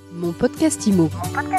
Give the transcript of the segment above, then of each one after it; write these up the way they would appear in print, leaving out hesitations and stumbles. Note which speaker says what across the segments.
Speaker 1: Mon podcast IMO.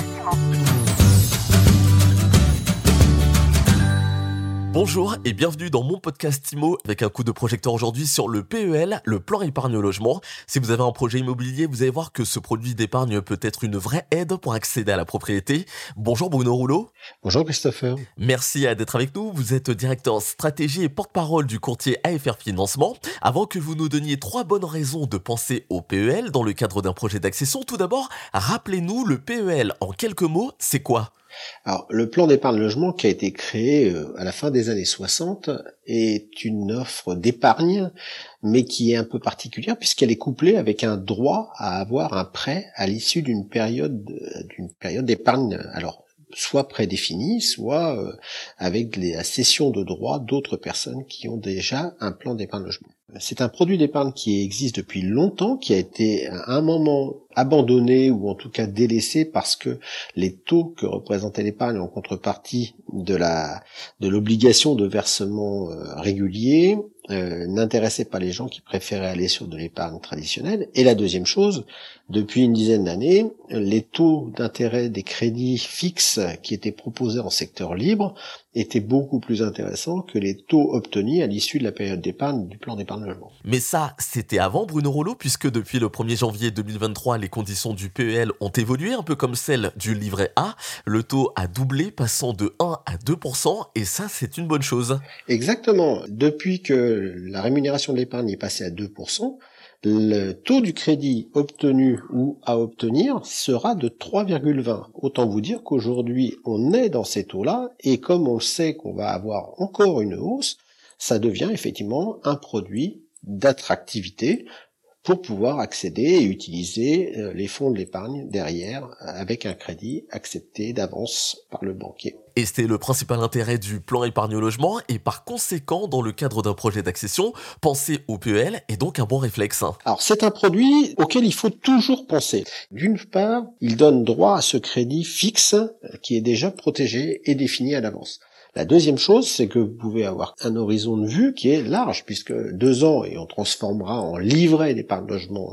Speaker 2: Bonjour et bienvenue dans mon podcast IMO avec un coup de projecteur aujourd'hui sur le PEL, le plan épargne logement. Si vous avez un projet immobilier, vous allez voir que ce produit d'épargne peut être une vraie aide pour accéder à la propriété. Bonjour Bruno Rouleau.
Speaker 3: Bonjour Christopher.
Speaker 2: Merci d'être avec nous. Vous êtes directeur stratégie et porte-parole du courtier AFR Financement. Avant que vous nous donniez 3 bonnes raisons de penser au PEL dans le cadre d'un projet d'accession, tout d'abord, rappelez-nous le PEL en quelques mots, c'est quoi ?
Speaker 3: Alors, le plan d'épargne logement qui a été créé à la fin des années 60 est une offre d'épargne, mais qui est un peu particulière puisqu'elle est couplée avec un droit à avoir un prêt à l'issue d'une période d'épargne. Alors, soit prédéfinie, soit avec la cession de droits d'autres personnes qui ont déjà un plan d'épargne logement. C'est un produit d'épargne qui existe depuis longtemps, qui a été à un moment abandonné ou en tout cas délaissé parce que les taux que représentait l'épargne en contrepartie de l'obligation de versement régulier n'intéressaient pas les gens qui préféraient aller sur de l'épargne traditionnelle. Et la deuxième chose, depuis une dizaine d'années, les taux d'intérêt des crédits fixes qui étaient proposés en secteur libre étaient beaucoup plus intéressants que les taux obtenus à l'issue de la période d'épargne du plan d'épargne logement.
Speaker 2: Mais ça, c'était avant Bruno Rouleau, puisque depuis le 1er janvier 2023, les conditions du PEL ont évolué, un peu comme celles du livret A. Le taux a doublé, passant de 1 à 2%, et ça, c'est une bonne chose.
Speaker 3: Exactement. Depuis que la rémunération de l'épargne est passée à 2%, le taux du crédit obtenu ou à obtenir sera de 3,20. Autant vous dire qu'aujourd'hui, on est dans ces taux-là, et comme on sait qu'on va avoir encore une hausse, ça devient effectivement un produit d'attractivité pour pouvoir accéder et utiliser les fonds de l'épargne derrière avec un crédit accepté d'avance par le banquier.
Speaker 2: Et c'est le principal intérêt du plan épargne logement, et par conséquent, dans le cadre d'un projet d'accession, penser au PEL est donc un bon réflexe.
Speaker 3: Alors c'est un produit auquel il faut toujours penser. D'une part, il donne droit à ce crédit fixe qui est déjà protégé et défini à l'avance. La deuxième chose, c'est que vous pouvez avoir un horizon de vue qui est large, puisque 2 ans, et on transformera en livret d'épargne logement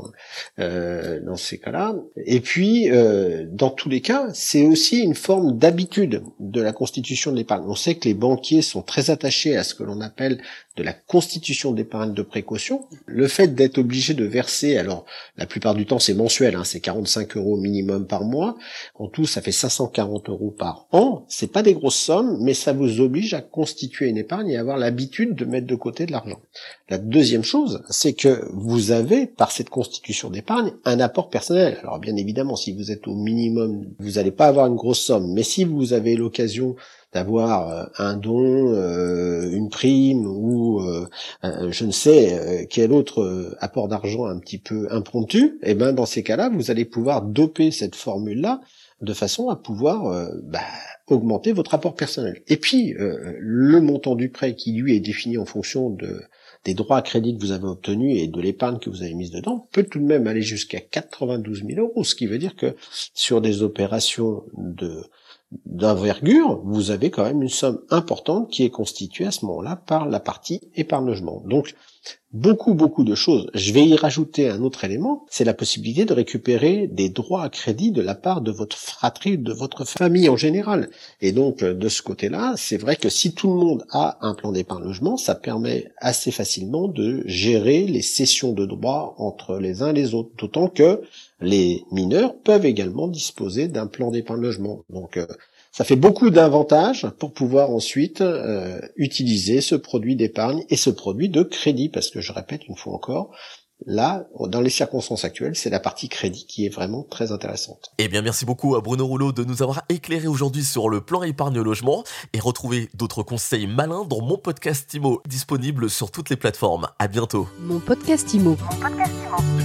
Speaker 3: dans ces cas-là. Et puis, dans tous les cas, c'est aussi une forme d'habitude de la constitution de l'épargne. On sait que les banquiers sont très attachés à ce que l'on appelle de la constitution d'épargne de précaution. Le fait d'être obligé de verser, alors la plupart du temps c'est mensuel, c'est 45 € minimum par mois. En tout, ça fait 540 € par an. C'est pas des grosses sommes, mais ça vous oblige à constituer une épargne et avoir l'habitude de mettre de côté de l'argent. La deuxième chose, c'est que vous avez, par cette constitution d'épargne, un apport personnel. Alors bien évidemment, si vous êtes au minimum, vous n'allez pas avoir une grosse somme, mais si vous avez l'occasion d'avoir un don, une prime ou je ne sais quel autre apport d'argent un petit peu impromptu, et ben dans ces cas-là, vous allez pouvoir doper cette formule-là de façon à pouvoir augmenter votre apport personnel. Et puis, le montant du prêt qui, lui, est défini en fonction des droits à crédit que vous avez obtenus et de l'épargne que vous avez mise dedans, peut tout de même aller jusqu'à 92 000 €, ce qui veut dire que sur des opérations d'envergure, vous avez quand même une somme importante qui est constituée à ce moment-là par la partie épargne logement. Donc, beaucoup de choses. Je vais y rajouter un autre élément, c'est la possibilité de récupérer des droits à crédit de la part de votre fratrie, de votre famille en général. Et donc, de ce côté-là, c'est vrai que si tout le monde a un plan d'épargne logement, ça permet assez facilement de gérer les cessions de droits entre les uns et les autres. D'autant que les mineurs peuvent également disposer d'un plan d'épargne logement. Donc, ça fait beaucoup d'avantages pour pouvoir ensuite utiliser ce produit d'épargne et ce produit de crédit, parce que je répète une fois encore, là, dans les circonstances actuelles, c'est la partie crédit qui est vraiment très intéressante.
Speaker 2: Eh bien, merci beaucoup à Bruno Rouleau de nous avoir éclairé aujourd'hui sur le plan épargne logement, et retrouvez d'autres conseils malins dans mon podcast IMO, disponible sur toutes les plateformes. À bientôt.
Speaker 1: Mon podcast IMO.